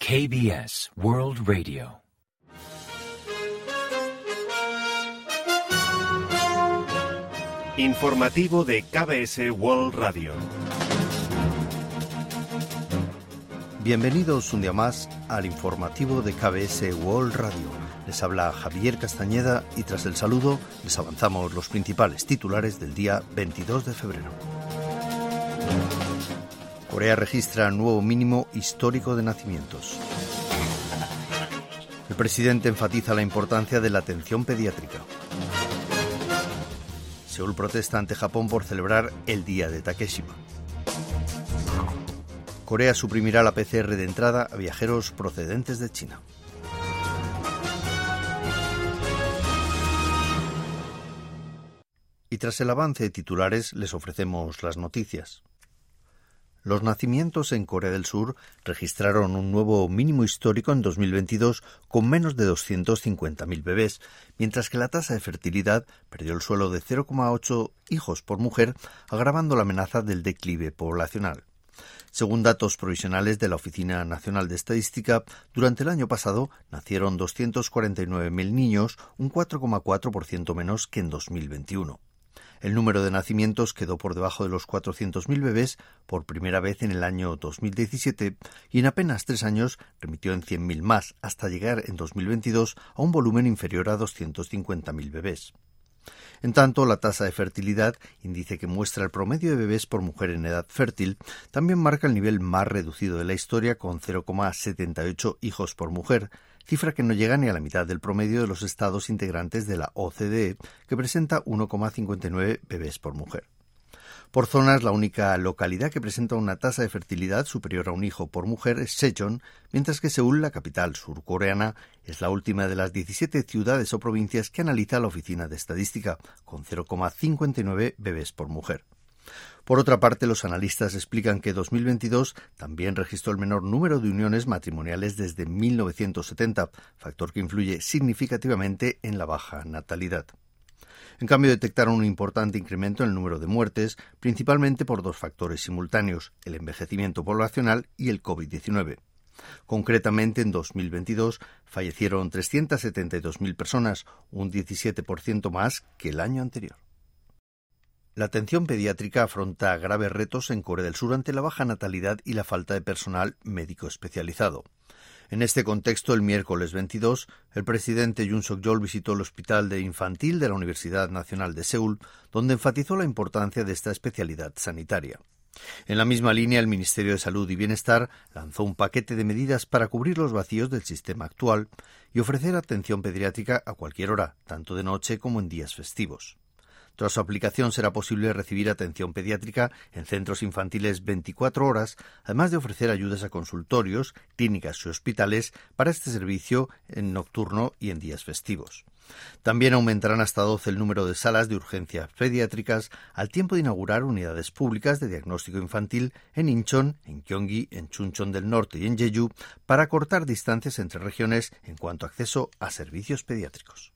KBS World Radio. Informativo de KBS World Radio. Bienvenidos un día más al informativo de KBS World Radio. Les habla Javier Castañeda y tras el saludo les avanzamos los principales titulares del día 22 de febrero. Corea registra nuevo mínimo histórico de nacimientos. El presidente enfatiza la importancia de la atención pediátrica. Seúl protesta ante Japón por celebrar el Día de Takeshima. Corea suprimirá la PCR de entrada a viajeros procedentes de China. Y tras el avance de titulares les ofrecemos las noticias. Los nacimientos en Corea del Sur registraron un nuevo mínimo histórico en 2022 con menos de 250.000 bebés, mientras que la tasa de fertilidad perdió el suelo de 0,8 hijos por mujer, agravando la amenaza del declive poblacional. Según datos provisionales de la Oficina Nacional de Estadística, durante el año pasado nacieron 249.000 niños, un 4,4% menos que en 2021. El número de nacimientos quedó por debajo de los 400.000 bebés por primera vez en el año 2017 y en apenas 3 años remitió en 100.000 más, hasta llegar en 2022 a un volumen inferior a 250.000 bebés. En tanto, la tasa de fertilidad, índice que muestra el promedio de bebés por mujer en edad fértil, también marca el nivel más reducido de la historia con 0,78 hijos por mujer, cifra que no llega ni a la mitad del promedio de los estados integrantes de la OCDE, que presenta 1,59 bebés por mujer. Por zonas, la única localidad que presenta una tasa de fertilidad superior a un hijo por mujer es Sejong, mientras que Seúl, la capital surcoreana, es la última de las 17 ciudades o provincias que analiza la Oficina de Estadística, con 0,59 bebés por mujer. Por otra parte, los analistas explican que 2022 también registró el menor número de uniones matrimoniales desde 1970, factor que influye significativamente en la baja natalidad. En cambio, detectaron un importante incremento en el número de muertes, principalmente por dos factores simultáneos, el envejecimiento poblacional y el COVID-19. Concretamente, en 2022 fallecieron 372.000 personas, un 17% más que el año anterior. La atención pediátrica afronta graves retos en Corea del Sur ante la baja natalidad y la falta de personal médico especializado. En este contexto, el miércoles 22, el presidente Yoon Suk-yeol visitó el Hospital de Infantil de la Universidad Nacional de Seúl, donde enfatizó la importancia de esta especialidad sanitaria. En la misma línea, el Ministerio de Salud y Bienestar lanzó un paquete de medidas para cubrir los vacíos del sistema actual y ofrecer atención pediátrica a cualquier hora, tanto de noche como en días festivos. Tras su aplicación será posible recibir atención pediátrica en centros infantiles 24 horas, además de ofrecer ayudas a consultorios, clínicas y hospitales para este servicio en nocturno y en días festivos. También aumentarán hasta 12 el número de salas de urgencias pediátricas al tiempo de inaugurar unidades públicas de diagnóstico infantil en Incheon, en Gyeonggi, en Chuncheon del Norte y en Jeju para acortar distancias entre regiones en cuanto a acceso a servicios pediátricos.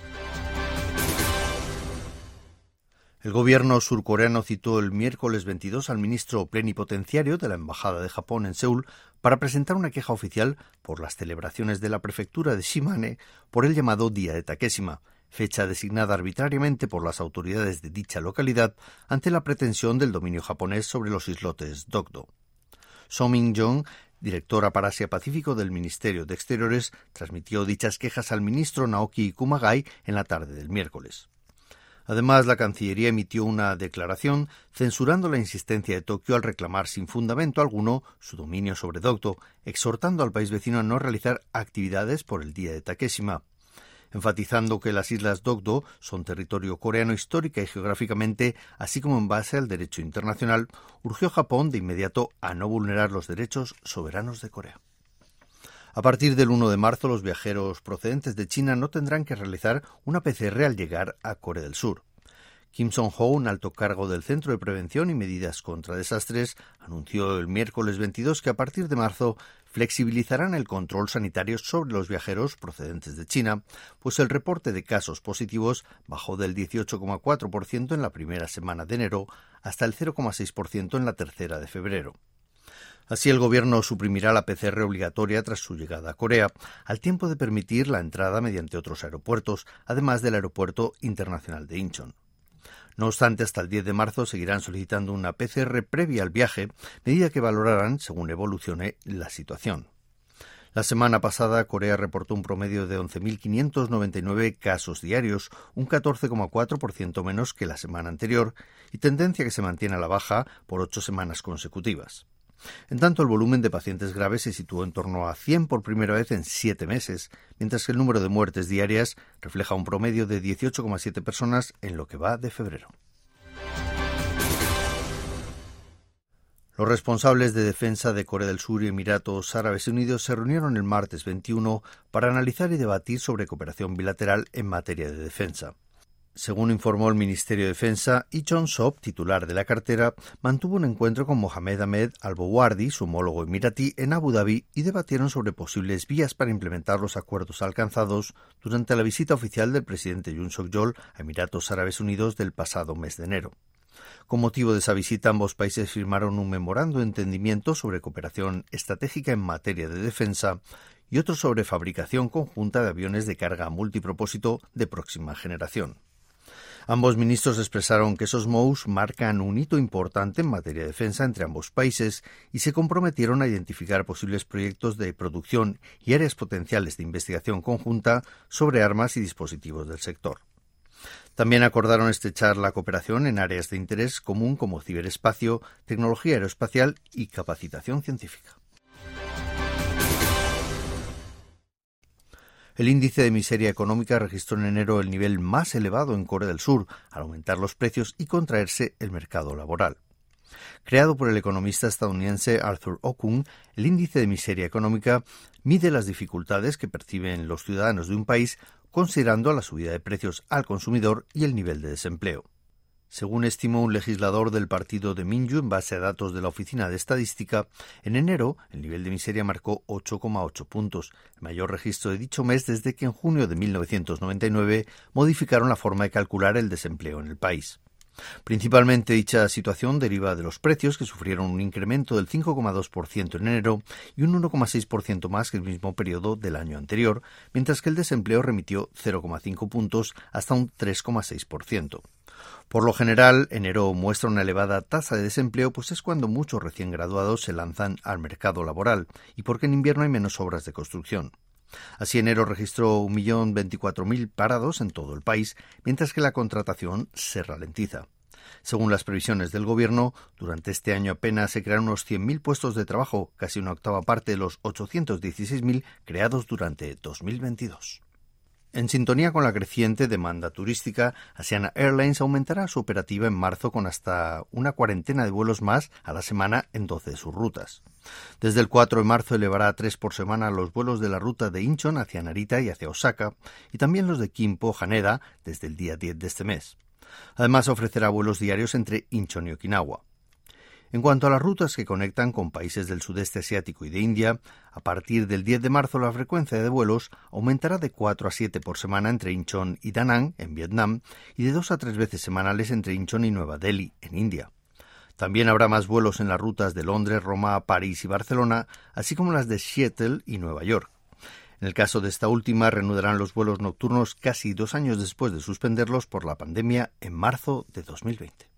El gobierno surcoreano citó el miércoles 22 al ministro plenipotenciario de la Embajada de Japón en Seúl para presentar una queja oficial por las celebraciones de la prefectura de Shimane por el llamado Día de Takeshima, fecha designada arbitrariamente por las autoridades de dicha localidad ante la pretensión del dominio japonés sobre los islotes Dokdo. So Min-jong, directora para Asia-Pacífico del Ministerio de Exteriores, transmitió dichas quejas al ministro Naoki Kumagai en la tarde del miércoles. Además, la Cancillería emitió una declaración censurando la insistencia de Tokio al reclamar sin fundamento alguno su dominio sobre Dokdo, exhortando al país vecino a no realizar actividades por el Día de Takeshima. Enfatizando que las islas Dokdo son territorio coreano histórica y geográficamente, así como en base al derecho internacional, urgió a Japón de inmediato a no vulnerar los derechos soberanos de Corea. A partir del 1 de marzo, los viajeros procedentes de China no tendrán que realizar una PCR al llegar a Corea del Sur. Kim Song-ho, un alto cargo del Centro de Prevención y Medidas contra Desastres, anunció el miércoles 22 que a partir de marzo flexibilizarán el control sanitario sobre los viajeros procedentes de China, pues el reporte de casos positivos bajó del 18,4% en la primera semana de enero hasta el 0,6% en la tercera de febrero. Así, el gobierno suprimirá la PCR obligatoria tras su llegada a Corea, al tiempo de permitir la entrada mediante otros aeropuertos, además del Aeropuerto Internacional de Incheon. No obstante, hasta el 10 de marzo seguirán solicitando una PCR previa al viaje, medida que valorarán según evolucione la situación. La semana pasada, Corea reportó un promedio de 11.599 casos diarios, un 14,4% menos que la semana anterior, y tendencia que se mantiene a la baja por 8 semanas consecutivas. En tanto, el volumen de pacientes graves se situó en torno a 100 por primera vez en 7 meses, mientras que el número de muertes diarias refleja un promedio de 18,7 personas en lo que va de febrero. Los responsables de defensa de Corea del Sur y Emiratos Árabes Unidos se reunieron el martes 21 para analizar y debatir sobre cooperación bilateral en materia de defensa. Según informó el Ministerio de Defensa, Lee Jong-sop, titular de la cartera, mantuvo un encuentro con Mohamed Ahmed Al-Bowardi, su homólogo emiratí, en Abu Dhabi y debatieron sobre posibles vías para implementar los acuerdos alcanzados durante la visita oficial del presidente Yoon Suk-yeol a Emiratos Árabes Unidos del pasado mes de enero. Con motivo de esa visita, ambos países firmaron un memorando de entendimiento sobre cooperación estratégica en materia de defensa y otro sobre fabricación conjunta de aviones de carga multipropósito de próxima generación. Ambos ministros expresaron que esos MOUs marcan un hito importante en materia de defensa entre ambos países y se comprometieron a identificar posibles proyectos de producción y áreas potenciales de investigación conjunta sobre armas y dispositivos del sector. También acordaron estrechar la cooperación en áreas de interés común como ciberespacio, tecnología aeroespacial y capacitación científica. El índice de miseria económica registró en enero el nivel más elevado en Corea del Sur, al aumentar los precios y contraerse el mercado laboral. Creado por el economista estadounidense Arthur Okun, el índice de miseria económica mide las dificultades que perciben los ciudadanos de un país considerando la subida de precios al consumidor y el nivel de desempleo. Según estimó un legislador del partido de Minju en base a datos de la Oficina de Estadística, en enero el nivel de miseria marcó 8,8 puntos, el mayor registro de dicho mes desde que en junio de 1999 modificaron la forma de calcular el desempleo en el país. Principalmente dicha situación deriva de los precios, que sufrieron un incremento del 5,2% en enero y un 1,6% más que el mismo periodo del año anterior, mientras que el desempleo remitió 0,5 puntos hasta un 3,6%. Por lo general, enero muestra una elevada tasa de desempleo, pues es cuando muchos recién graduados se lanzan al mercado laboral y porque en invierno hay menos obras de construcción. Así, enero registró 1.024.000 parados en todo el país, mientras que la contratación se ralentiza. Según las previsiones del Gobierno, durante este año apenas se crearon unos 100.000 puestos de trabajo, casi una octava parte de los 816.000 creados durante 2022. En sintonía con la creciente demanda turística, Asiana Airlines aumentará su operativa en marzo con hasta una cuarentena de vuelos más a la semana en 12 de sus rutas. Desde el 4 de marzo elevará a 3 por semana los vuelos de la ruta de Incheon hacia Narita y hacia Osaka, y también los de Gimpo, Haneda, desde el día 10 de este mes. Además, ofrecerá vuelos diarios entre Incheon y Okinawa. En cuanto a las rutas que conectan con países del sudeste asiático y de India, a partir del 10 de marzo la frecuencia de vuelos aumentará de 4 a 7 por semana entre Incheon y Da Nang, en Vietnam, y de 2 a 3 veces semanales entre Incheon y Nueva Delhi, en India. También habrá más vuelos en las rutas de Londres, Roma, París y Barcelona, así como las de Seattle y Nueva York. En el caso de esta última, reanudarán los vuelos nocturnos casi 2 años después de suspenderlos por la pandemia en marzo de 2020.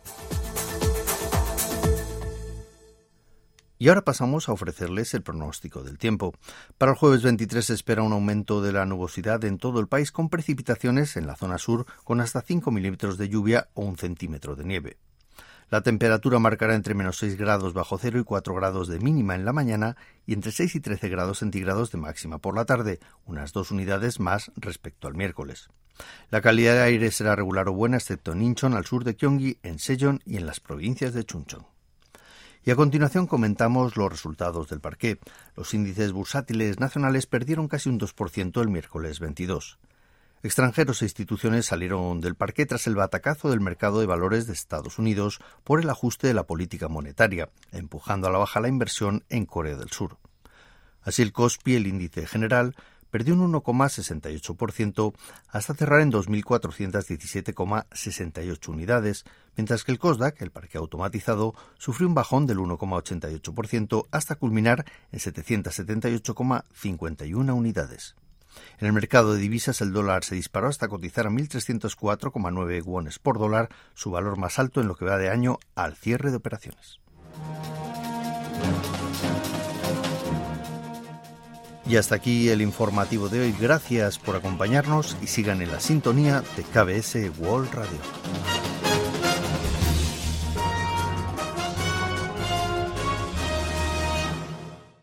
Y ahora pasamos a ofrecerles el pronóstico del tiempo. Para el jueves 23 se espera un aumento de la nubosidad en todo el país, con precipitaciones en la zona sur con hasta 5 milímetros de lluvia o 1 centímetro de nieve. La temperatura marcará entre menos 6 grados bajo cero y 4 grados de mínima en la mañana y entre 6 y 13 grados centígrados de máxima por la tarde, unas 2 unidades más respecto al miércoles. La calidad de aire será regular o buena, excepto en Incheon, al sur de Gyeonggi, en Sejong y en las provincias de Chungcheong. Y a continuación comentamos los resultados del parqué. Los índices bursátiles nacionales perdieron casi un 2% el miércoles 22. Extranjeros e instituciones salieron del parqué tras el batacazo del mercado de valores de Estados Unidos por el ajuste de la política monetaria, empujando a la baja la inversión en Corea del Sur. Así, el Kospi, el índice general, perdió un 1,68% hasta cerrar en 2.417,68 unidades, mientras que el Kosdaq, el parque automatizado, sufrió un bajón del 1,88% hasta culminar en 778,51 unidades. En el mercado de divisas el dólar se disparó hasta cotizar a 1.304,9 wones por dólar, su valor más alto en lo que va de año al cierre de operaciones. Y hasta aquí el informativo de hoy. Gracias por acompañarnos y sigan en la sintonía de KBS World Radio.